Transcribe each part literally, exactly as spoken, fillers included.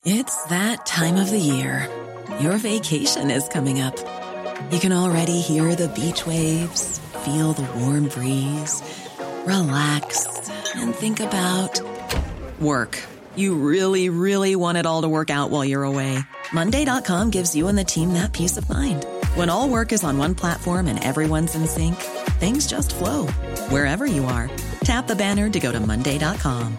It's that time of the year. Your vacation is coming up. You can already hear the beach waves, feel the warm breeze, relax, and think about work. You really, really want it all to work out while you're away. Monday dot com gives you and the team that peace of mind. When all work is on one platform and everyone's in sync, things just flow. Wherever you are, tap the banner to go to Monday dot com.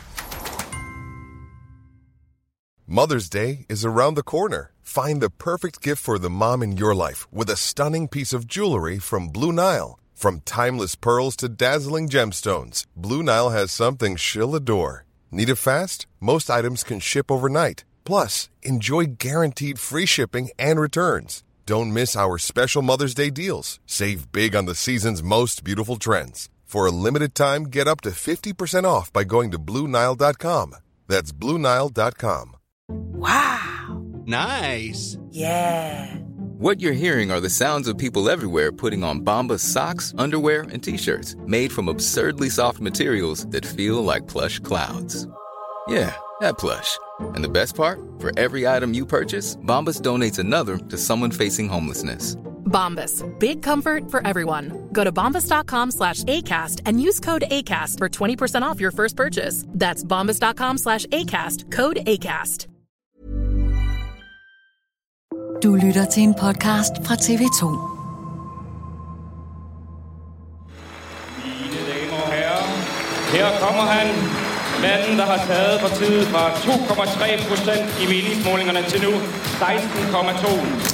Mother's Day is around the corner. Find the perfect gift for the mom in your life with a stunning piece of jewelry from Blue Nile. From timeless pearls to dazzling gemstones, Blue Nile has something she'll adore. Need it fast? Most items can ship overnight. Plus, enjoy guaranteed free shipping and returns. Don't miss our special Mother's Day deals. Save big on the season's most beautiful trends. For a limited time, get up to fifty percent off by going to Blue Nile dot com. That's Blue Nile dot com. Wow. Nice. Yeah. What you're hearing are the sounds of people everywhere putting on Bombas socks, underwear, and T-shirts made from absurdly soft materials that feel like plush clouds. Yeah, that plush. And the best part? For every item you purchase, Bombas donates another to someone facing homelessness. Bombas. Big comfort for everyone. Go to bombas dot com slash ACAST and use code ACAST for twenty percent off your first purchase. That's bombas dot com slash ACAST. Code ACAST. Du lytter til en podcast fra T V to. Mine damer og herrer, her kommer han. Manden, der har taget partiet fra to komma tre procent i meningsmålingerne til nu seksten komma to.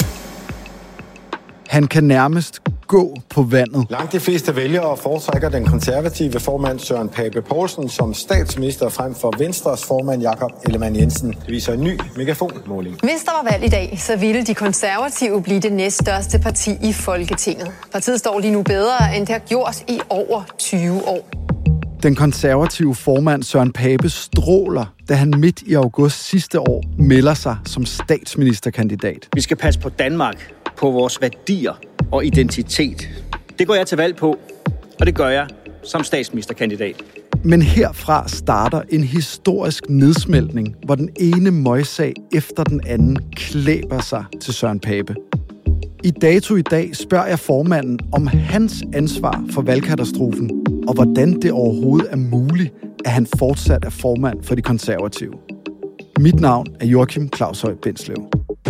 Han kan nærmest gå på vandet. Langt de fleste vælgere foretrækker den konservative formand Søren Pape Poulsen som statsminister frem for Venstres formand Jakob Ellemann-Jensen. Det viser en ny megafonmåling. Hvis der var valg i dag, så ville de konservative blive det næststørste parti i Folketinget. Partiet står lige nu bedre, end det har gjort i over tyve år. Den konservative formand Søren Pape stråler, da han midt i august sidste år melder sig som statsministerkandidat. Vi skal passe på Danmark, på vores værdier og identitet. Det går jeg til valg på, og det gør jeg som statsministerkandidat. Men herfra starter en historisk nedsmeltning, hvor den ene møgssag efter den anden klæber sig til Søren Pape. I Dato i dag spørger jeg formanden om hans ansvar for valgkatastrofen, og hvordan det overhovedet er muligt, at han fortsat er formand for de konservative. Mit navn er Joachim Claus Høj Bindslev.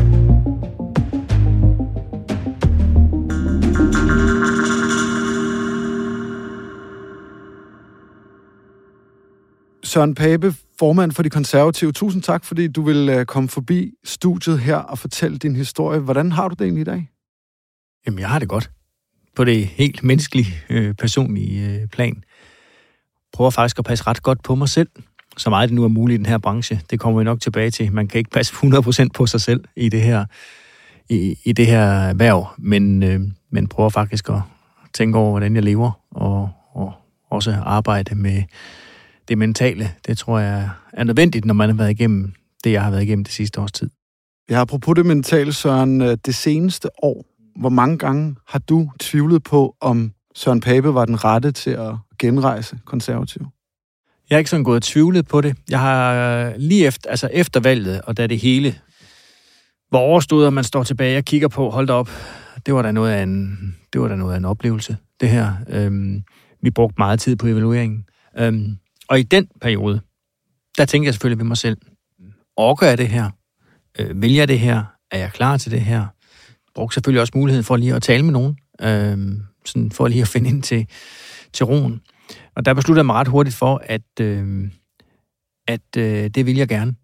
Søren Pape, formand for de konservative. Tusind tak, fordi du vil komme forbi studiet her og fortælle din historie. Hvordan har du det egentlig i dag? Jamen, jeg har det godt. På det helt menneskelige, øh, personlige øh, plan. Prøver faktisk at passe ret godt på mig selv. Så meget det nu er muligt i den her branche. Det kommer vi nok tilbage til. Man kan ikke passe hundrede procent på sig selv i det her, i, i det her erhverv. Men, øh, men prøver faktisk at tænke over, hvordan jeg lever. Og, og også arbejde med det mentale. Det tror jeg er nødvendigt, når man har været igennem det, jeg har været igennem det sidste års tid. Ja, apropos det mentale, Søren, det seneste år, hvor mange gange har du tvivlet på, om Søren Pape var den rette til at genrejse konservativ? Jeg har ikke sådan gået og tvivlet på det. Jeg har lige efter, altså efter valget, og da det hele var overstået, og man står tilbage og kigger på, hold da op, det var da noget af en, det var da noget af en oplevelse, det her. Øhm, vi brugte meget tid på evalueringen. Øhm, og i den periode, der tænkte jeg selvfølgelig ved mig selv, orker jeg det her? Øh, vil jeg det her? Er jeg klar til det her? Brugte selvfølgelig også muligheden for lige at tale med nogen, øh, sådan for lige at finde ind til, til roen. Og der besluttede jeg mig ret hurtigt for, at, øh, at øh, det vil jeg gerne.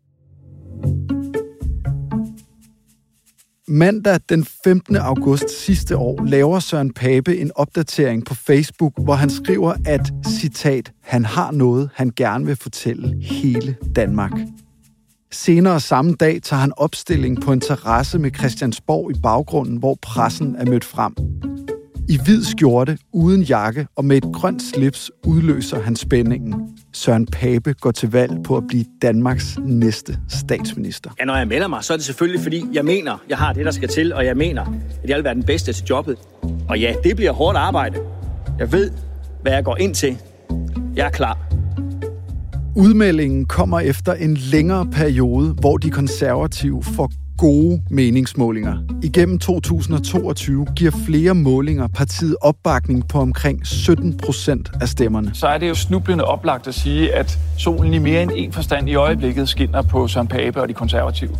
Mandag den femtende august sidste år laver Søren Pape en opdatering på Facebook, hvor han skriver, at, citat, han har noget, han gerne vil fortælle hele Danmark. Senere samme dag tager han opstilling på en terrasse med Christiansborg i baggrunden, hvor pressen er mødt frem. I hvid skjorte, uden jakke og med et grønt slips udløser han spændingen. Søren Pape går til valg på at blive Danmarks næste statsminister. Ja, når jeg melder mig, så er det selvfølgelig, fordi jeg mener, jeg har det, der skal til, og jeg mener, at jeg vil være den bedste til jobbet. Og ja, det bliver hårdt arbejde. Jeg ved, hvad jeg går ind til. Jeg er klar. Udmeldingen kommer efter en længere periode, hvor de konservative får gode meningsmålinger. Igennem to tusind og toogtyve giver flere målinger partiet opbakning på omkring sytten procent af stemmerne. Så er det jo snublende oplagt at sige, at solen i mere end en forstand i øjeblikket skinner på Søren Pape og de konservative.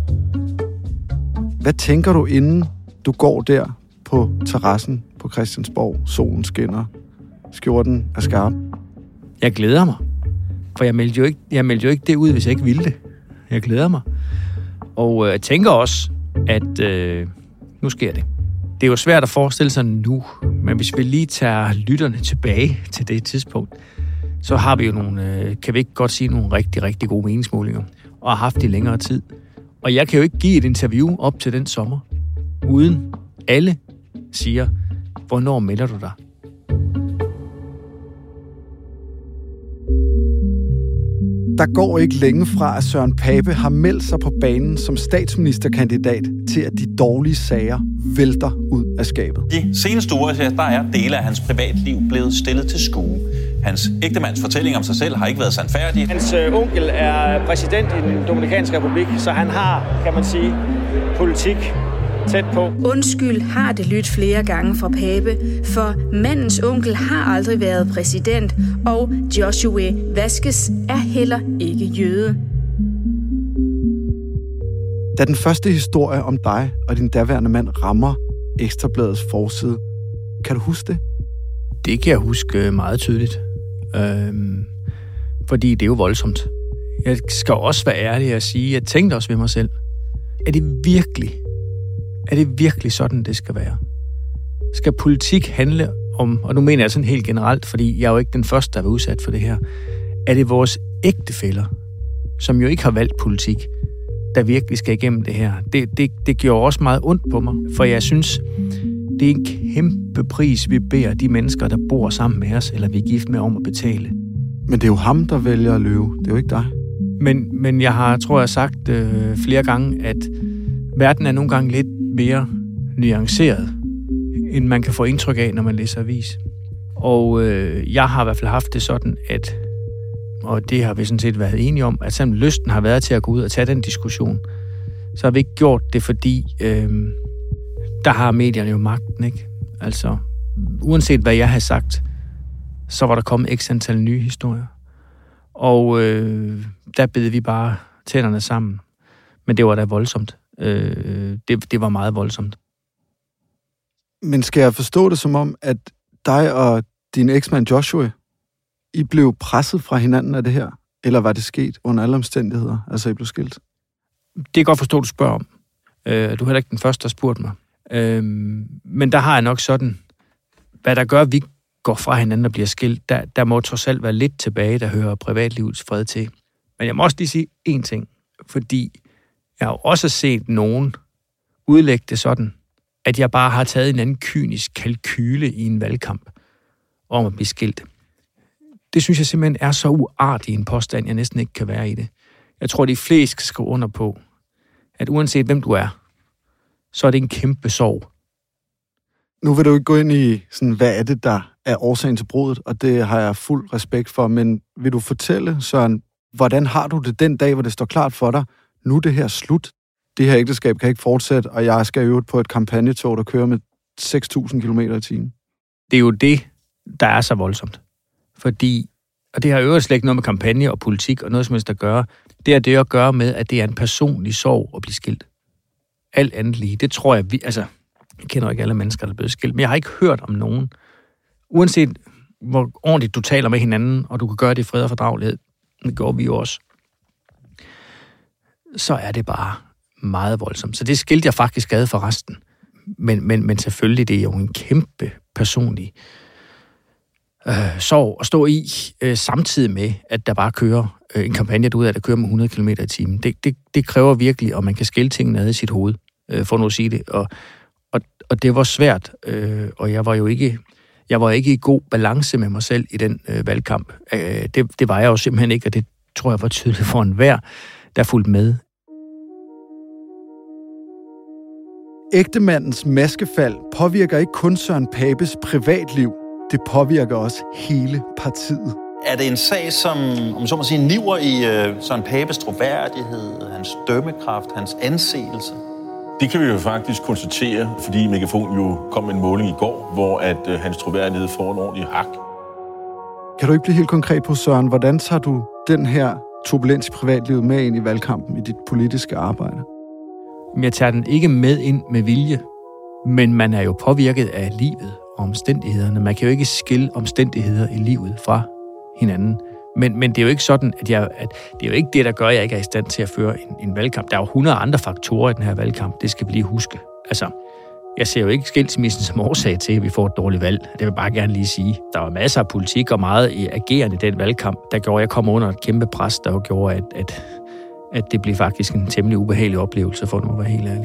Hvad tænker du, inden du går der på terrassen på Christiansborg? Solen skinner, skjorten er skarp. Jeg glæder mig, for jeg meldte jo ikke, jeg meldte jo ikke det ud, hvis jeg ikke ville det. Jeg glæder mig. Og øh, jeg tænker også, at øh, nu sker det. Det er jo svært at forestille sig nu, men hvis vi lige tager lytterne tilbage til det tidspunkt, så har vi jo nogle, øh, kan vi ikke godt sige, nogle rigtig, rigtig gode meningsmålinger, og har haft det i længere tid. Og jeg kan jo ikke give et interview op til den sommer, uden alle siger, hvornår melder du dig? Der går ikke længe fra, at Søren Pape har meldt sig på banen som statsministerkandidat, til at de dårlige sager vælter ud af skabet. De seneste uger, der er dele af hans privatliv blevet stillet til skue. Hans ægtemands fortælling om sig selv har ikke været sandfærdig. Hans øh, onkel er præsident i den Dominikanske Republik, så han har, kan man sige, politik tæt på. Undskyld har det lyttet flere gange fra Pape, for mandens onkel har aldrig været præsident, og Joshua Vaskes er heller ikke jøde. Da den første historie om dig og din daværende mand rammer Ekstrabladets forside, kan du huske det? Det kan jeg huske meget tydeligt. Øhm, fordi det er jo voldsomt. Jeg skal også være ærlig at sige, at jeg tænkte også ved mig selv, er det virkelig, er det virkelig sådan, det skal være? Skal politik handle om, og nu mener jeg sådan helt generelt, fordi jeg er jo ikke den første, der er udsat for det her, er det vores ægtefæller, som jo ikke har valgt politik, der virkelig skal igennem det her? Det, det, det gjorde også meget ondt på mig, for jeg synes, det er en kæmpe pris, vi beder de mennesker, der bor sammen med os, eller vi er gift med, om at betale. Men det er jo ham, der vælger at løbe. Det er jo ikke dig. Men, men jeg har, tror jeg, sagt øh, flere gange, at verden er nogle gange lidt mere nuanceret, end man kan få indtryk af, når man læser avis. Og øh, jeg har i hvert fald haft det sådan, at, og det har vi sådan set været enige om, at selvom lysten har været til at gå ud og tage den diskussion, så har vi ikke gjort det, fordi øh, der har medierne jo magten, ikke? Altså, uanset hvad jeg har sagt, så var der kommet x antal nye historier. Og øh, der bed vi bare tænderne sammen. Men det var da voldsomt. Øh, det, det var meget voldsomt. Men skal jeg forstå det som om, at dig og din eksmand Joshua, I blev presset fra hinanden af det her? Eller var det sket under alle omstændigheder, altså I blev skilt? Det kan godt forstå, du spørger om. Øh, du er heller ikke den første, der spurgte mig. Øh, men der har jeg nok sådan, hvad der gør, at vi går fra hinanden og bliver skilt, der, der må trods alt være lidt tilbage, der hører privatlivets fred til. Men jeg må også lige sige én ting, fordi jeg har også set nogen udlægge det sådan, at jeg bare har taget en anden kynisk kalkyle i en valgkamp om at blive skilt. Det synes jeg simpelthen er så uartig en påstand, jeg næsten ikke kan være i det. Jeg tror, de fleste skal skrive under på, at uanset hvem du er, så er det en kæmpe sorg. Nu vil du ikke gå ind i, sådan, hvad er det, der er årsagen til bruddet, og det har jeg fuld respekt for, men vil du fortælle, Søren, hvordan har du det den dag, hvor det står klart for dig, nu er det her slut, det her ægteskab kan ikke fortsætte, og jeg skal øve på et kampagnetog, der kører med seks tusind kilometer i timen? Det er jo det, der er så voldsomt. Fordi, og det har øvrigt slet ikke noget med kampagne og politik og noget som helst at gøre, det er det at gøre med, at det er en personlig sorg at blive skilt. Alt andet lige. Det tror jeg, vi, altså, jeg kender ikke alle mennesker, der er blevet skilt, men jeg har ikke hørt om nogen, uanset hvor ordentligt du taler med hinanden, og du kan gøre det i fred og fordragelighed, det går vi jo også, så er det bare meget voldsomt. Så det skilte jeg faktisk ad for resten. Men, men, men selvfølgelig, det er jo en kæmpe personlig øh, sorg at stå i, øh, samtidig med, at der bare kører øh, en kampagne derude af, der kører med hundrede kilometer i timen. Det, det, det kræver virkelig, at man kan skille tingene ad i sit hoved, øh, for nu at sige det. Og, og, og det var svært, øh, og jeg var jo ikke, jeg var ikke i god balance med mig selv i den øh, valgkamp. Øh, det, det var jeg jo simpelthen ikke, og det tror jeg var tydeligt for enhver, der fulgte med. Ægtemandens maskefald påvirker ikke kun Søren Papes privatliv, det påvirker også hele partiet. Er det en sag, som, om så må sige, niver i øh, Søren Papes troværdighed, hans dømmekraft, hans anseelse? Det kan vi jo faktisk konstatere, fordi Megafon jo kom med en måling i går, hvor at øh, hans troværdighed får en ordentlig hak. Kan du ikke blive helt konkret på, Søren, hvordan tager du den her turbulens i privatlivet med ind i valgkampen i dit politiske arbejde? Jeg tager den ikke med ind med vilje, men man er jo påvirket af livet og omstændighederne. Man kan jo ikke skille omstændigheder i livet fra hinanden. Men, men det er jo ikke sådan, at, jeg, at det er jo ikke det, der gør, at jeg ikke er i stand til at føre en, en valgkamp. Der er jo hundrede andre faktorer i den her valgkamp. Det skal vi lige huske. Altså, jeg ser jo ikke skilsmissen som årsag til, at vi får et dårligt valg. Det vil jeg bare gerne lige sige. Der var masser af politik og meget i agerende i den valgkamp, der gjorde, at jeg kom under et kæmpe pres, der gjorde, at, at, at det blev faktisk en temmelig ubehagelig oplevelse, for nu at være helt ærlig.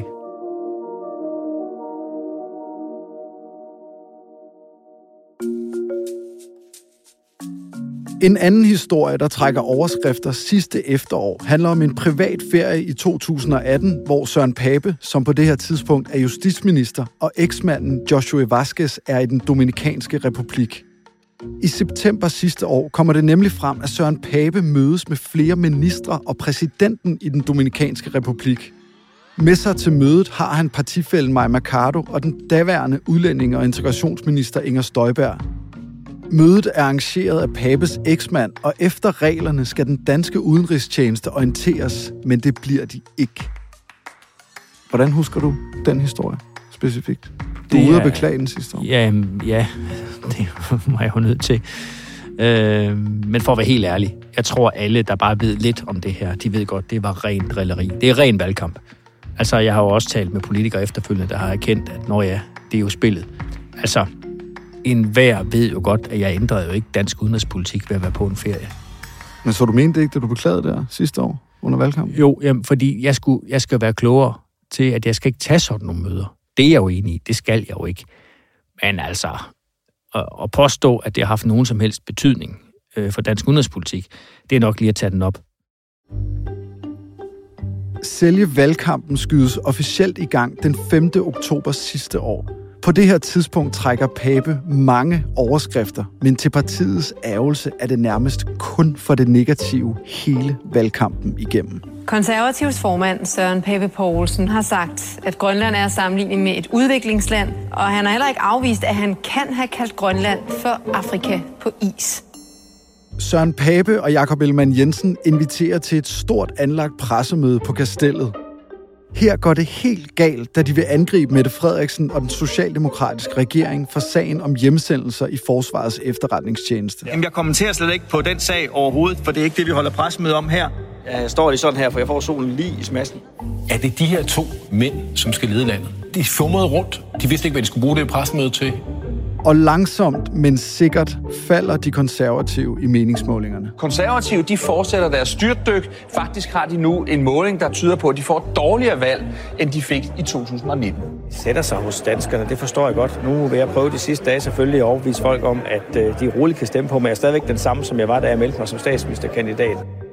En anden historie, der trækker overskrifter sidste efterår, handler om en privat ferie i to tusind og atten, hvor Søren Pape, som på det her tidspunkt er justitsminister, og eksmanden Josué Vázquez er i den Dominikanske Republik. I september sidste år kommer det nemlig frem, at Søren Pape mødes med flere ministre og præsidenten i den Dominikanske Republik. Med sig til mødet har han partifællen Mai Mercado og den daværende udlændinge- og integrationsminister Inger Støjberg. Mødet er arrangeret af Papes eksmand, og efter reglerne skal den danske udenrigstjeneste orienteres, men det bliver de ikke. Hvordan husker du den historie specifikt? Du er ude at beklage den sidste år. Ja, ja, det må jeg jo nødt til. Øh, men for at være helt ærlig, jeg tror alle, der bare ved lidt om det her, de ved godt, det var ren drilleri. Det er ren valgkamp. Altså, jeg har jo også talt med politikere efterfølgende, der har erkendt, at når ja, det er jo spillet. Altså, enhver ved jo godt, at jeg ændrede jo ikke dansk udenrigspolitik ved at være på en ferie. Men så du mente ikke, da du beklagede der sidste år under valgkampen? Jo, jamen, fordi jeg, skulle, jeg skal være klogere til, at jeg skal ikke tage sådan nogle møder. Det er jeg jo enig i. Det skal jeg jo ikke. Men altså, at, at påstå, at det har haft nogen som helst betydning øh, for dansk udenrigspolitik, det er nok lige at tage den op. Selve valgkampen skydes officielt i gang den femte oktober sidste år. På det her tidspunkt trækker Pape mange overskrifter, men til partiets ærgelse er det nærmest kun for det negative hele valgkampen igennem. Konservativs formand Søren Pape Poulsen har sagt, at Grønland er sammenlignet med et udviklingsland, og han har heller ikke afvist, at han kan have kaldt Grønland for Afrika på is. Søren Pape og Jakob Ellemann-Jensen inviterer til et stort anlagt pressemøde på Kastellet. Her går det helt galt, da de vil angribe Mette Frederiksen og den socialdemokratiske regering for sagen om hjemsendelser i Forsvarets efterretningstjeneste. Jamen, jeg kommenterer slet ikke på den sag overhovedet, for det er ikke det, vi holder pressemøde om her. Jeg står lige sådan her, for jeg får solen lige i smassen. Er det de her to mænd, som skal lede landet? De fumrede rundt. De vidste ikke, hvad de skulle bruge det pressemøde til. Og langsomt, men sikkert falder de konservative i meningsmålingerne. Konservative, de fortsætter deres styrtdyk. Faktisk har de nu en måling, der tyder på, at de får et dårligere valg, end de fik i to tusind og nitten. Det sætter sig hos danskerne, det forstår jeg godt. Nu vil jeg prøve de sidste dage selvfølgelig at overbevise folk om, at de roligt kan stemme på, men jeg er stadigvæk den samme, som jeg var, da jeg meldte mig som statsministerkandidat.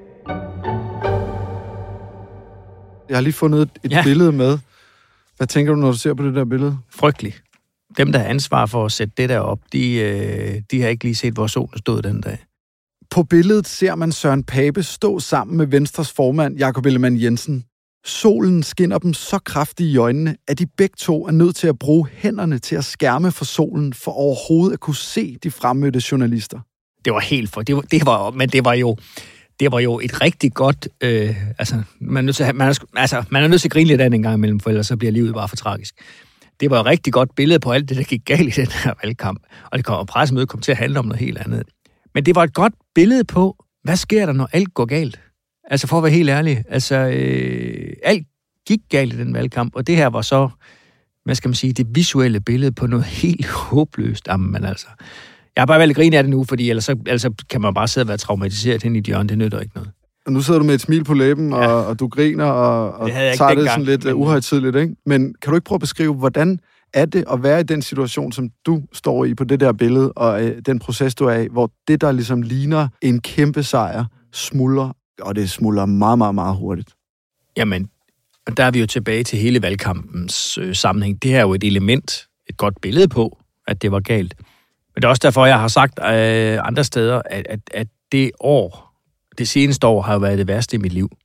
Jeg har lige fundet et, et ja. billede med. Hvad tænker du, når du ser på det der billede? Frygteligt. Dem, der har ansvar for at sætte det der op, de, øh, de har ikke lige set, hvor solen stod den dag. På billedet ser man Søren Pape stå sammen med Venstres formand, Jakob Ellemann-Jensen. Solen skinner dem så kraftigt i øjnene, at de begge to er nødt til at bruge hænderne til at skærme for solen, for overhovedet at kunne se de fremmødte journalister. Det var helt for... Det var, det var, men det var jo... Det var jo et rigtig godt... Øh, altså, man er nødt til at, man er, altså, man er nødt til at grine lidt af en gang imellem, for ellers så bliver livet bare for tragisk. Det var et rigtig godt billede på alt det, der gik galt i den her valgkamp. Og det kom, og pressemødet kom til at handle om noget helt andet. Men det var et godt billede på, hvad sker der, når alt går galt? Altså for at være helt ærlig. Altså, øh, alt gik galt i den valgkamp, og det her var så, hvad skal man sige, det visuelle billede på noget helt håbløst. Jamen, men altså... Jeg har bare valgt at grine af det nu, fordi ellers, så, ellers kan man bare sidde og være traumatiseret hen i et hjørne. Det nytter ikke noget. Og nu sidder du med et smil på læben, ja. og, og du griner og, og det tager det sådan lidt men... uhøjtideligt, ikke? Men kan du ikke prøve at beskrive, hvordan er det at være i den situation, som du står i på det der billede, og øh, den proces, du er i, hvor det, der ligesom ligner en kæmpe sejr, smuldrer, og det smuldrer meget, meget, meget hurtigt? Jamen, der er vi jo tilbage til hele valgkampens øh, sammenhæng. Det her er jo et element, et godt billede på, at det var galt. Men det er også derfor, jeg har sagt øh, andre steder, at, at, at det år, det seneste år, har været det værste i mit liv.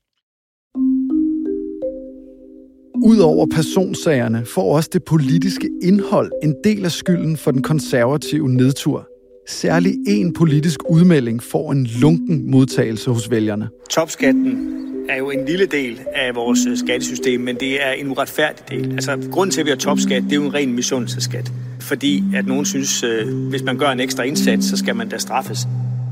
Udover personsagerne får også det politiske indhold en del af skylden for den konservative nedtur. Særlig en politisk udmelding får en lunken modtagelse hos vælgerne. Topskatten er jo en lille del af vores skattesystem, men det er en uretfærdig del. Altså, grunden til, at vi har topskat, det er jo en ren misundelsesskat. Fordi at nogen synes, øh, hvis man gør en ekstra indsats, så skal man da straffes.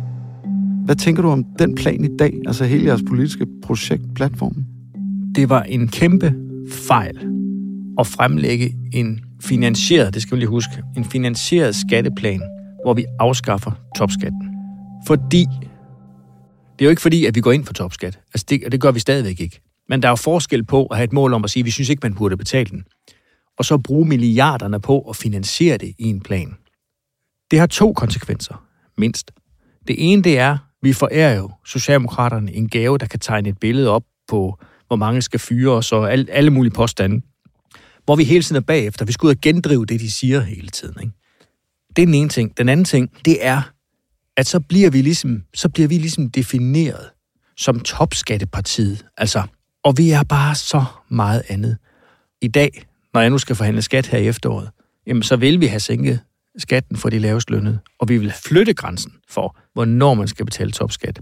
Hvad tænker du om den plan i dag, altså hele jeres politiske projekt, platformen? Det var en kæmpe fejl at fremlægge en finansieret, det skal vi lige huske, en finansieret skatteplan, hvor vi afskaffer topskatten. Fordi, det er jo ikke fordi, at vi går ind for topskat. Altså det, og det gør vi stadigvæk ikke. Men der er jo forskel på at have et mål om at sige, at vi synes ikke, man burde betale den. Og så bruge milliarderne på at finansiere det i en plan. Det har to konsekvenser, mindst. Det ene, det er, vi forærer jo Socialdemokraterne en gave, der kan tegne et billede op på, hvor mange skal fyre os og alle, alle mulige påstande. Hvor vi hele tiden er bagefter. Vi skal ud og gendrive det, de siger hele tiden. Ikke? Det er den ene ting. Den anden ting, det er, at så bliver vi ligesom, så bliver vi ligesom defineret som topskattepartiet. Altså, og vi er bare så meget andet. I dag, når jeg nu skal forhandle skat her i efteråret, jamen så vil vi have sænket skatten for de lavest lønnede, og vi vil flytte grænsen for, hvornår man skal betale topskat.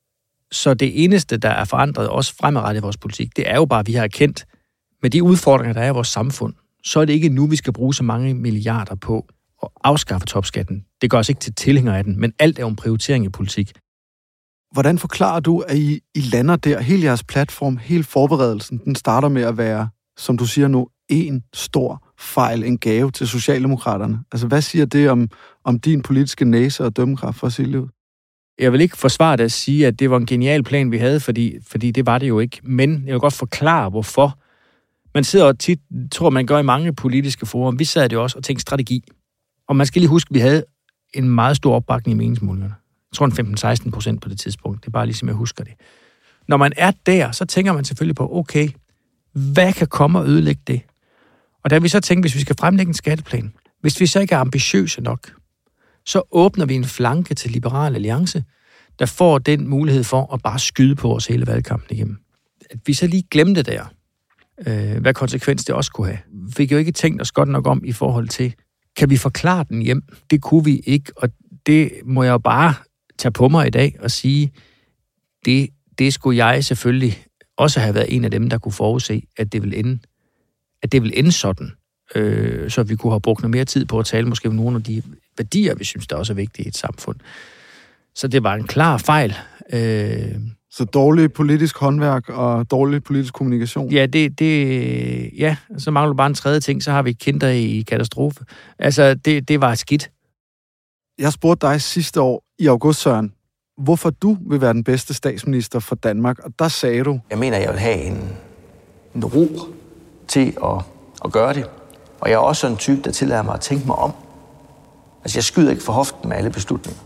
Så det eneste, der er forandret, også fremadrettet i vores politik, det er jo bare, at vi har erkendt, med de udfordringer, der er i vores samfund, så er det ikke nu, vi skal bruge så mange milliarder på at afskaffe topskatten. Det gør os ikke til tilhængere af den, men alt er jo en prioritering i politik. Hvordan forklarer du, at I, I lander der, hele jeres platform, hele forberedelsen, den starter med at være, som du siger nu, en stor fejl, en gave til Socialdemokraterne? Altså, hvad siger det om, om din politiske næse og dømmekraft for at sige livet? Jeg vil ikke forsvare det at sige, at det var en genial plan, vi havde, fordi, fordi det var det jo ikke. Men jeg vil godt forklare, hvorfor. Man sidder og tit, tror man gør i mange politiske forum. Vi sad det også og tænkte strategi. Og man skal lige huske, at vi havde en meget stor opbakning i meningsmålingerne. Jeg tror en femten til seksten procent på det tidspunkt. Det er bare ligesom jeg husker det. Når man er der, så tænker man selvfølgelig på, okay, hvad kan komme og ødelægge det? Og da vi så tænkte, hvis vi skal fremlægge en skatteplan, hvis vi så ikke er ambitiøse nok, så åbner vi en flanke til Liberal Alliance, der får den mulighed for at bare skyde på os hele valgkampen igennem. At vi så lige glemte der, øh, hvad konsekvens det også kunne have. Vi fik jo ikke tænkt os godt nok om i forhold til, kan vi forklare den hjem? Det kunne vi ikke, og det må jeg jo bare tage på mig i dag og sige, det, det skulle jeg selvfølgelig også have været en af dem, der kunne forudse, at det ville ende, at det ville ende sådan. Øh, så vi kunne have brugt noget mere tid på at tale måske om nogle af de værdier, vi synes, der også er vigtige i et samfund. Så det var en klar fejl. Øh, så dårlig politisk håndværk og dårlig politisk kommunikation? Ja, det, det, ja, så mangler bare en tredje ting, så har vi kinder i katastrofe. Altså, det, det var skidt. Jeg spurgte dig sidste år i august, Søren, hvorfor du vil være den bedste statsminister for Danmark, og der sagde du... Jeg mener, jeg vil have en, en ro til at, at gøre det. Og jeg er også sådan en type, der tillader mig at tænke mig om. Altså, jeg skyder ikke for hoften med alle beslutninger.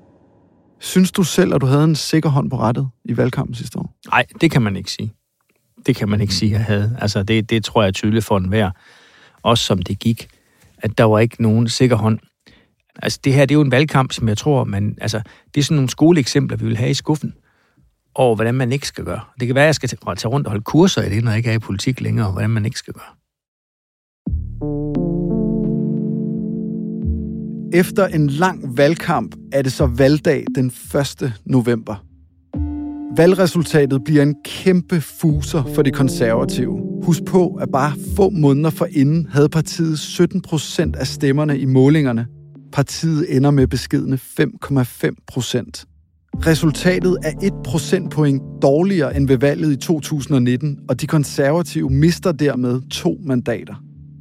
Synes du selv, at du havde en sikker hånd på rattet i valgkampen sidste år? Nej, det kan man ikke sige. Det kan man ikke sige, at jeg havde. Altså, det, det tror jeg er tydeligt for enhver. Også som det gik, at der var ikke nogen sikker hånd. Altså, det her, det er jo en valgkamp, som jeg tror, man... Altså, det er sådan nogle skoleeksempler, vi vil have i skuffen, over hvordan man ikke skal gøre. Det kan være, at jeg skal tage rundt og holde kurser i det, når jeg ikke er i politik længere, hvordan man ikke skal gøre. Efter en lang valgkamp er det så valgdag den første november. Valgresultatet bliver en kæmpe fuser for de konservative. Husk på, at bare få måneder forinden havde partiet sytten procent af stemmerne i målingerne. Partiet ender med beskedne fem komma fem procent. Resultatet er et procentpoint dårligere end ved valget i to tusind nitten, og de konservative mister dermed to mandater.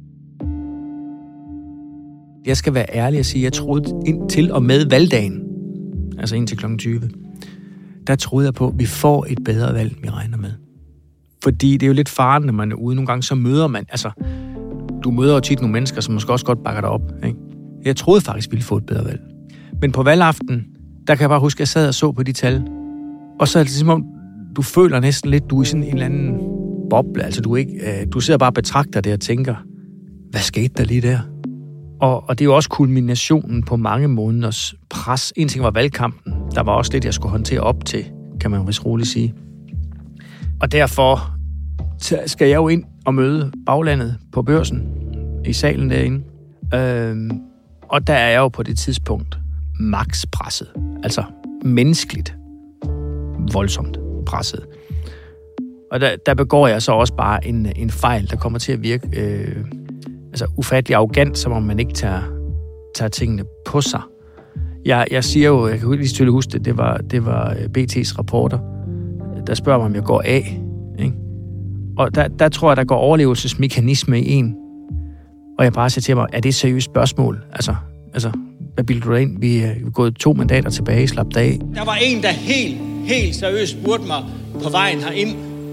Jeg skal være ærlig og sige, at jeg troede indtil og med valgdagen, altså indtil klokken tyve, der troede jeg på, at vi får et bedre valg, vi regner med. Fordi det er jo lidt farligt, når man er ude. Nogle gange så møder man, altså, du møder jo tit nogle mennesker, som måske også godt bakker dig op, ikke? Jeg troede faktisk, vi ville få et bedre valg. Men på valgaften, der kan jeg bare huske, at jeg sad og så på de tal, og så er det som om, du føler næsten lidt, du er i sådan en eller anden boble, altså du, ikke, øh, du sidder bare og betragter det og tænker, hvad skete der lige der? Og, og det er jo også kulminationen på mange måneders pres. En ting var valgkampen. Der var også lidt, jeg skulle håndtere op til, kan man vist roligt sige. Og derfor skal jeg jo ind og møde baglandet på Børsen i salen derinde. Øhm, og der er jeg jo på det tidspunkt max presset. Altså menneskeligt voldsomt presset. Og der, der begår jeg så også bare en, en fejl, der kommer til at virke øh, altså ufattelig arrogant, som om man ikke tager, tager tingene på sig. Jeg, jeg siger jo, jeg kan lige tydeligt huske det, det var, det var B T's reporter, der spørger mig, om jeg går af. Ikke? Og der, der tror jeg, der går overlevelsesmekanisme i en. Og jeg bare siger til mig, er det et seriøst spørgsmål? Altså, altså hvad bilder du dig ind? Vi er gået to mandater tilbage, slap af. Der var en, der helt, helt seriøst spurgte mig på vejen herind.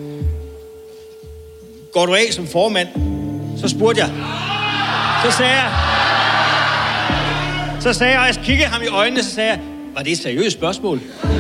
Går du af som formand? Så spurgte jeg. Så sagde jeg. Så sagde jeg, og jeg kiggede ham i øjnene, så sagde jeg, var det et seriøst spørgsmål?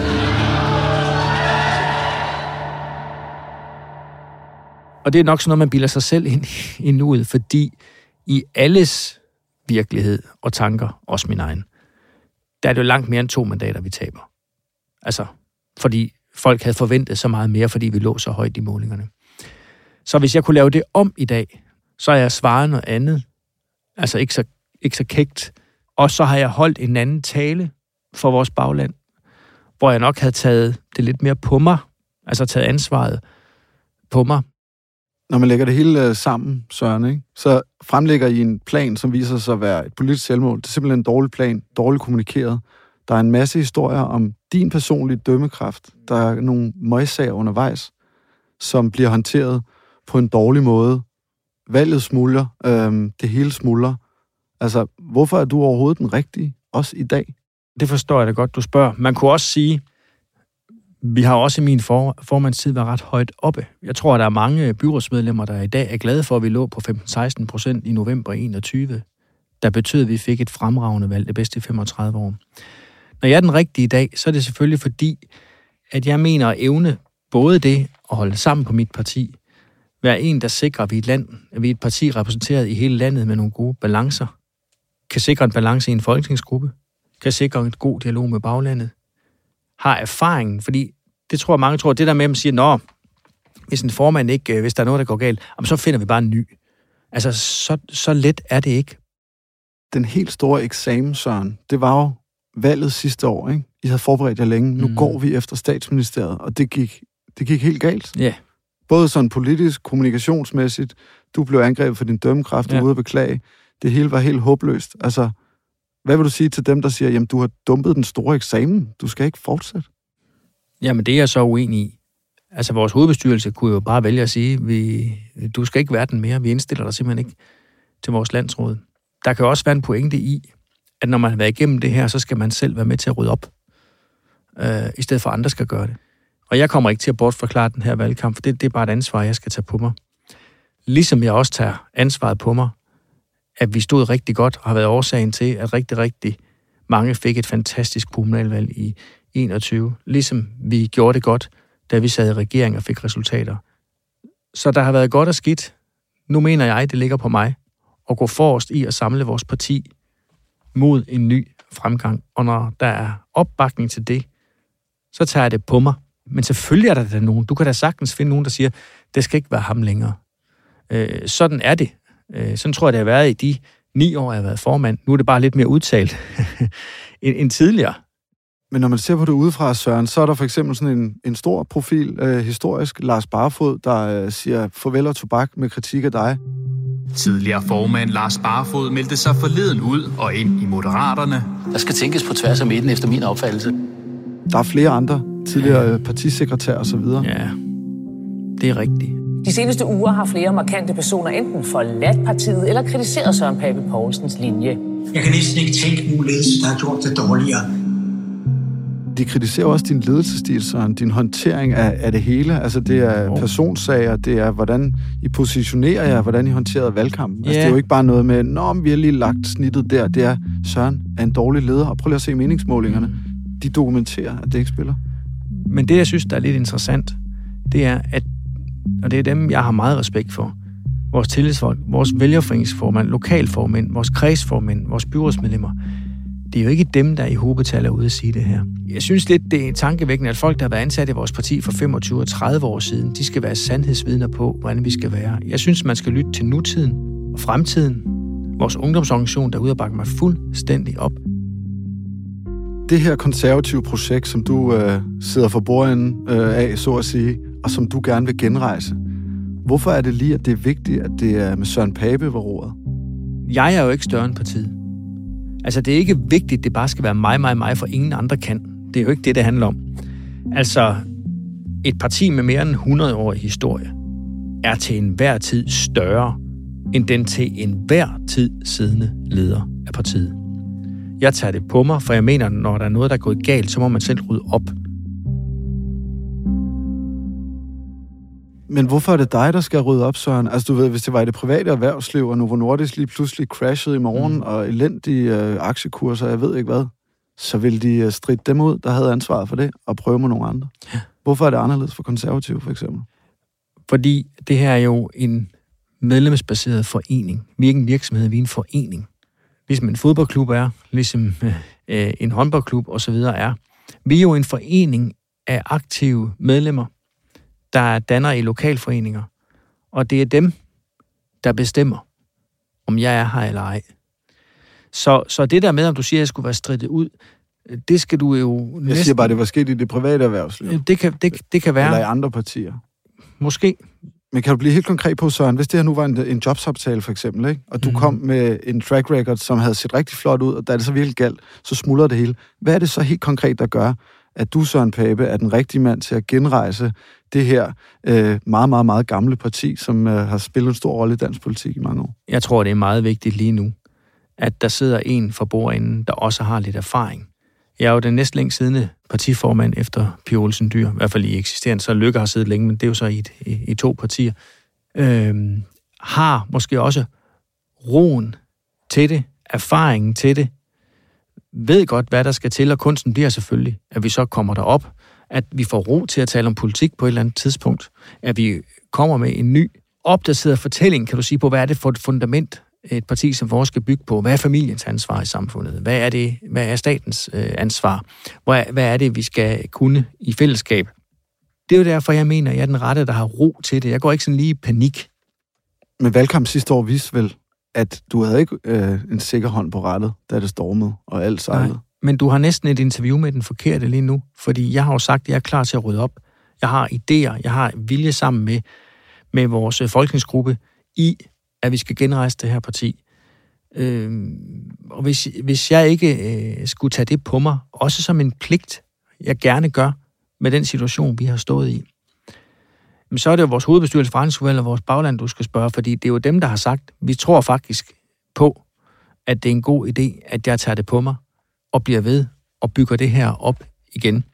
Og det er nok sådan noget, man bilder sig selv ind i nuet, fordi i alles virkelighed og tanker, også min egen, der er det jo langt mere end to mandater, vi taber. Altså, fordi folk havde forventet så meget mere, fordi vi lå så højt i målingerne. Så hvis jeg kunne lave det om i dag, så har jeg svaret noget andet. Altså ikke så, ikke så kægt. Og så har jeg holdt en anden tale for vores bagland, hvor jeg nok havde taget det lidt mere på mig. Altså taget ansvaret på mig. Når man lægger det hele sammen, Søren, ikke? Så fremlægger I en plan, som viser sig at være et politisk selvmål. Det er simpelthen en dårlig plan, dårligt kommunikeret. Der er en masse historier om din personlige dømmekraft. Der er nogle møgsager undervejs, som bliver håndteret på en dårlig måde. Valget smuldrer, øhm, det hele smuldrer. Altså, hvorfor er du overhovedet den rigtige, også i dag? Det forstår jeg da godt, du spørger. Man kunne også sige, vi har også i min for, formandstid været ret højt oppe. Jeg tror, at der er mange byrådsmedlemmer, der i dag er glade for, at vi lå på femten til seksten procent i november enogtyve. Der betød, at vi fik et fremragende valg, det bedste i femogtredive år. Når jeg er den rigtige i dag, så er det selvfølgelig fordi, at jeg mener at evne både det at holde sammen på mit parti, være en, der sikrer, at vi er et land, at vi er et parti repræsenteret i hele landet med nogle gode balancer, kan sikre en balance i en folketingsgruppe, kan sikre en god dialog med baglandet, har erfaringen, fordi det tror jeg, mange tror, det der med, at man siger, nå, hvis en formand ikke, hvis der er noget, der går galt, så finder vi bare en ny. Altså, så, så let er det ikke. Den helt store eksamen, Søren, det var jo valget sidste år, ikke? I havde forberedt jer længe. Nu mm. går vi efter statsministeriet, og det gik, det gik helt galt. Ja. Yeah. Både sådan politisk, kommunikationsmæssigt. Du blev angrebet for din dømmekraft, du var ude at beklage. Det hele var helt håbløst. Altså, hvad vil du sige til dem, der siger, jamen, du har dumpet den store eksamen. Du skal ikke fortsætte. Jamen, det er jeg så uenig i. Altså, vores hovedbestyrelse kunne jo bare vælge at sige, vi, du skal ikke være den mere. Vi indstiller dig simpelthen ikke til vores landsråd. Der kan også være en pointe i, at når man har været igennem det her, så skal man selv være med til at rydde op, øh, i stedet for at andre skal gøre det. Og jeg kommer ikke til at bortforklare den her valgkamp, for det, det er bare et ansvar, jeg skal tage på mig. Ligesom jeg også tager ansvaret på mig, at vi stod rigtig godt og har været årsagen til, at rigtig, rigtig mange fik et fantastisk kommunalvalg i enogtyve. Ligesom vi gjorde det godt, da vi sad i regering og fik resultater. Så der har været godt og skidt. Nu mener jeg, det ligger på mig at gå forrest i at samle vores parti mod en ny fremgang. Og når der er opbakning til det, så tager jeg det på mig. Men selvfølgelig er der da nogen. Du kan da sagtens finde nogen, der siger, det skal ikke være ham længere. Øh, sådan er det. Øh, sådan tror jeg, det har været i de ni år, jeg har været formand. Nu er det bare lidt mere udtalt end, end tidligere. Men når man ser på det udefra, Søren, så er der for eksempel sådan en, en stor profil, øh, historisk, Lars Barfoed, der øh, siger farvel og tobak med kritik af dig. Tidligere formand Lars Barfoed meldte sig forleden ud og ind i Moderaterne. Der skal tænkes på tværs af midten efter min opfattelse. Der er flere andre tidligere partisekretærer og så videre. Ja, det er rigtigt. De seneste uger har flere markante personer enten forladt partiet eller kritiseret Søren Pape Poulsens linje. Jeg kan næsten ikke tænke nogen ledelse, der har gjort det dårligere. De kritiserer også din ledelsesstil, Søren, din håndtering af, af det hele. Altså, det er personsager, det er, hvordan I positionerer jer, hvordan I håndterer valgkampen. Yeah. Altså, det er jo ikke bare noget med, nå, vi har lige lagt snittet der. Det er, Søren er en dårlig leder, og prøv lige at se meningsmålingerne. De dokumenterer, at det ikke spiller. Men det, jeg synes, der er lidt interessant, det er, at, og det er dem, jeg har meget respekt for, vores tillidsfolk, vores vælgerforeningsformand, lokalformænd, vores kredsformænd, vores byrådsmedlemmer. Det er jo ikke dem, der i hovedtal er ude at sige det her. Jeg synes lidt, det er tankevækkende, at folk, der har været ansat i vores parti for femogtyve og tredive år siden, de skal være sandhedsvidner på, hvordan vi skal være. Jeg synes, man skal lytte til nutiden og fremtiden. Vores ungdomsorganisation, der udarbejder mig fuldstændig op. Det her konservative projekt, som du øh, sidder for bordenden øh, af, så at sige, og som du gerne vil genrejse, hvorfor er det lige, at det er vigtigt, at det er med Søren Pape ved roret? Jeg er jo ikke større end partiet. Altså, det er ikke vigtigt, at det bare skal være mig, mig, mig, for ingen andre kan. Det er jo ikke det, det handler om. Altså, et parti med mere end hundrede år i historie er til enhver tid større end den til enhver tid siddende leder af partiet. Jeg tager det på mig, for jeg mener, når der er noget, der er gået galt, så må man selv rydde op. Men hvorfor er det dig, der skal rydde op, Søren? Altså, du ved, hvis det var i det private erhvervsliv, og Novo Nordisk lige pludselig crashede i morgen, mm. og elendige øh, aktiekurser, jeg ved ikke hvad, så ville de øh, stride dem ud, der havde ansvaret for det, og prøve med nogle andre. Ja. Hvorfor er det anderledes for konservative, for eksempel? Fordi det her er jo en medlemsbaseret forening. Vi er ikke en virksomhed, vi er en forening. Ligesom en fodboldklub er, ligesom øh, en håndboldklub osv. er. Vi er jo en forening af aktive medlemmer, der danner i lokalforeninger. Og det er dem, der bestemmer, om jeg er her eller ej. Så, så det der med, om du siger, at jeg skulle være strittet ud, det skal du jo næsten... Jeg siger bare, det var sket i det private erhvervsliv. Det kan, det, det kan være... Eller i andre partier. Måske. Men kan du blive helt konkret på, Søren, hvis det her nu var en, en jobsamtale for eksempel, ikke? Og du mm. kom med en track record, som havde set rigtig flot ud, og da det så virkelig galt, så smuldrer det hele. Hvad er det så helt konkret, der gør, at du, Søren Pape, er den rigtige mand til at genrejse det her øh, meget, meget, meget gamle parti, som øh, har spillet en stor rolle i dansk politik i mange år? Jeg tror, det er meget vigtigt lige nu, at der sidder en for bordenden, der også har lidt erfaring. Jeg er jo den næstlængst siddende partiformand efter Pia Olsen Dyhr, i hvert fald i eksisterende, så Løkke har siddet længe, men det er jo så i, et, i, i to partier, øhm, har måske også roen til det, erfaringen til det, ved godt, hvad der skal til, og kunsten bliver selvfølgelig, at vi så kommer derop, at vi får ro til at tale om politik på et eller andet tidspunkt, at vi kommer med en ny, opdateret fortælling, kan du sige, på, hvad er det for et fundament, et parti som vores skal bygge på. Hvad er familiens ansvar i samfundet? Hvad er det? Hvad er statens øh, ansvar? Hvad, hvad er det, vi skal kunne i fællesskab? Det er jo derfor, jeg mener, at jeg er den rette, der har ro til det. Jeg går ikke sådan lige i panik. Men valgkamp sidste år viste vel, at du havde ikke øh, en sikker hånd på rattet, da det stormede og alt sejlede. Nej, men du har næsten et interview med den forkerte lige nu, fordi jeg har jo sagt, at jeg er klar til at rydde op. Jeg har idéer, jeg har vilje sammen med, med vores folketingsgruppe i, at vi skal genrejse det her parti. Øh, og hvis, hvis jeg ikke øh, skulle tage det på mig, også som en pligt, jeg gerne gør med den situation, vi har stået i, så er det jo vores hovedbestyrelse, forretningsudvalg og vores bagland, du skal spørge, fordi det er jo dem, der har sagt, vi tror faktisk på, at det er en god idé, at jeg tager det på mig og bliver ved og bygger det her op igen.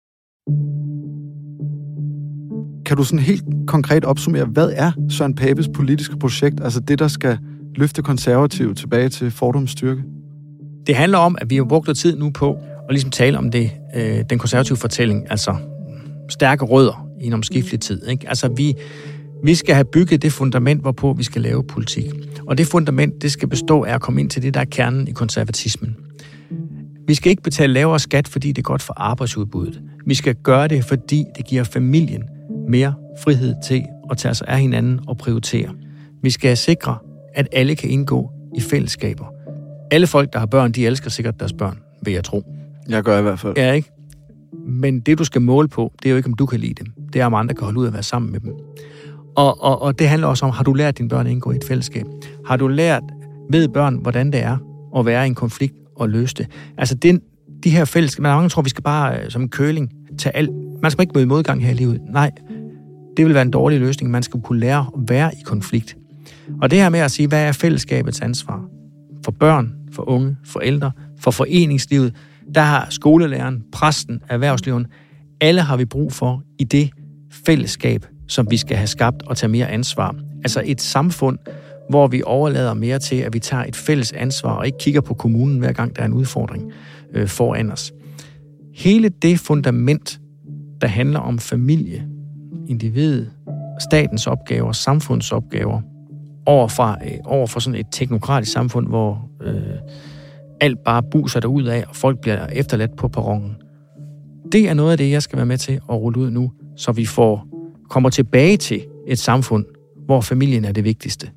Kan du sådan helt konkret opsummere, hvad er Søren Papes politiske projekt, altså det, der skal løfte konservative tilbage til fordoms styrke? Det handler om, at vi har brugt tid nu på at ligesom tale om det, øh, den konservative fortælling, altså stærke rødder i en omskiftelig tid. Ikke? Altså vi, vi skal have bygget det fundament, hvorpå vi skal lave politik. Og det fundament, det skal bestå af at komme ind til det, der er kernen i konservatismen. Vi skal ikke betale lavere skat, fordi det er godt for arbejdsudbuddet. Vi skal gøre det, fordi det giver familien mere frihed til at tage sig af hinanden og prioritere. Vi skal sikre, at alle kan indgå i fællesskaber. Alle folk, der har børn, de elsker sikkert deres børn, vil jeg tro. Jeg gør i hvert fald. Ja, ikke? Men det, du skal måle på, det er jo ikke, om du kan lide dem. Det er, om andre kan holde ud at være sammen med dem. Og, og, og det handler også om, har du lært dine børn at indgå i et fællesskab? Har du lært, ved børn, hvordan det er at være i en konflikt og løse det? Altså, den, de her fællesskaber, man mange tror, vi skal bare som en køling tage alt. Man skal ikke møde modgang her i livet. Nej, det vil være en dårlig løsning. Man skal kunne lære at være i konflikt. Og det her med at sige, hvad er fællesskabets ansvar? For børn, for unge, for ældre, for foreningslivet, der har skolelæreren, præsten, erhvervslivet, alle har vi brug for i det fællesskab, som vi skal have skabt og tage mere ansvar. Altså et samfund, hvor vi overlader mere til, at vi tager et fælles ansvar og ikke kigger på kommunen, hver gang der er en udfordring øh, foran os. Hele det fundament, der handler om familie, individ, statens opgaver, samfundsopgaver, over, fra, over for sådan et teknokratisk samfund, hvor øh, alt bare buser derud af, og folk bliver efterladt på perronen. Det er noget af det, jeg skal være med til at rulle ud nu, så vi får kommer tilbage til et samfund, hvor familien er det vigtigste.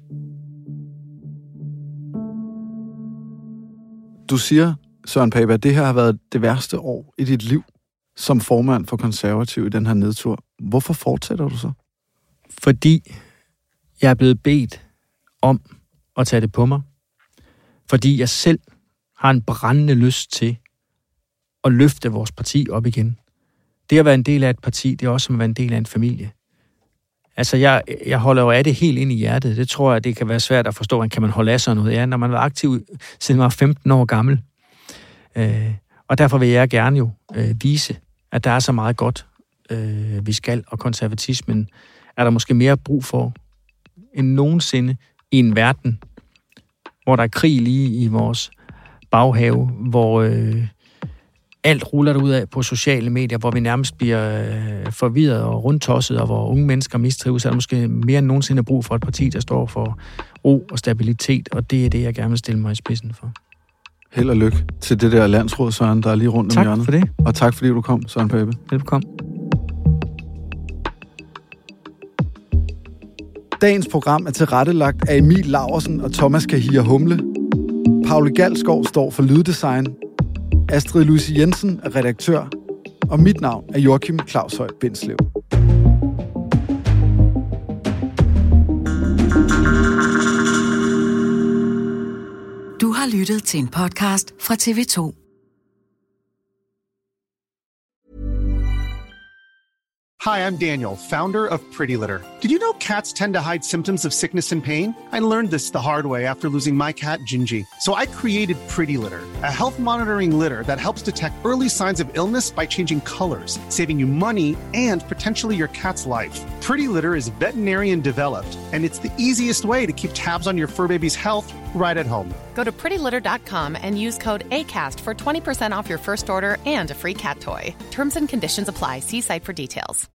Du siger, Søren Pape, at det her har været det værste år i dit liv som formand for Konservativ i den her nedtur. Hvorfor fortsætter du så? Fordi jeg er blevet bedt om at tage det på mig. Fordi jeg selv har en brændende lyst til at løfte vores parti op igen. Det at være en del af et parti, det er også som at være en del af en familie. Altså, jeg, jeg holder jo af det helt ind i hjertet. Det tror jeg, det kan være svært at forstå, kan man holde af sådan noget. Ja, når man var aktiv, siden man var femten år gammel. Øh, og derfor vil jeg gerne jo øh, vise, at der er så meget godt, øh, vi skal, og konservatismen er der måske mere brug for end nogensinde i en verden, hvor der er krig lige i vores baghave, hvor øh, alt ruller derud af på sociale medier, hvor vi nærmest bliver øh, forvirret og rundtosset, og hvor unge mennesker mistrives, er der måske mere end nogensinde brug for et parti, der står for ro og stabilitet, og det er det, jeg gerne vil stille mig i spidsen for. Held og lykke til det der landsråd, Søren, der er lige rundt om hjørnet. Tak for det. Og tak fordi du kom, Søren Pape. Velkommen. Dagens program er tilrettelagt af Emil Laursen og Thomas Kahir Humle. Pauli Galskov står for lyddesign. Astrid Louise Jensen er redaktør. Og mit navn er Joachim Claus Høj Bindslev. Du har lyttet til en podcast fra T V to. Hi, I'm Daniel, founder of Pretty Litter. Did you know cats tend to hide symptoms of sickness and pain? I learned this the hard way after losing my cat, Gingy. So I created Pretty Litter, a health monitoring litter that helps detect early signs of illness by changing colors, saving you money and potentially your cat's life. Pretty Litter is veterinarian developed, and it's the easiest way to keep tabs on your fur baby's health right at home. Go to pretty litter dot com and use code ACAST for twenty percent off your first order and a free cat toy. Terms and conditions apply. See site for details.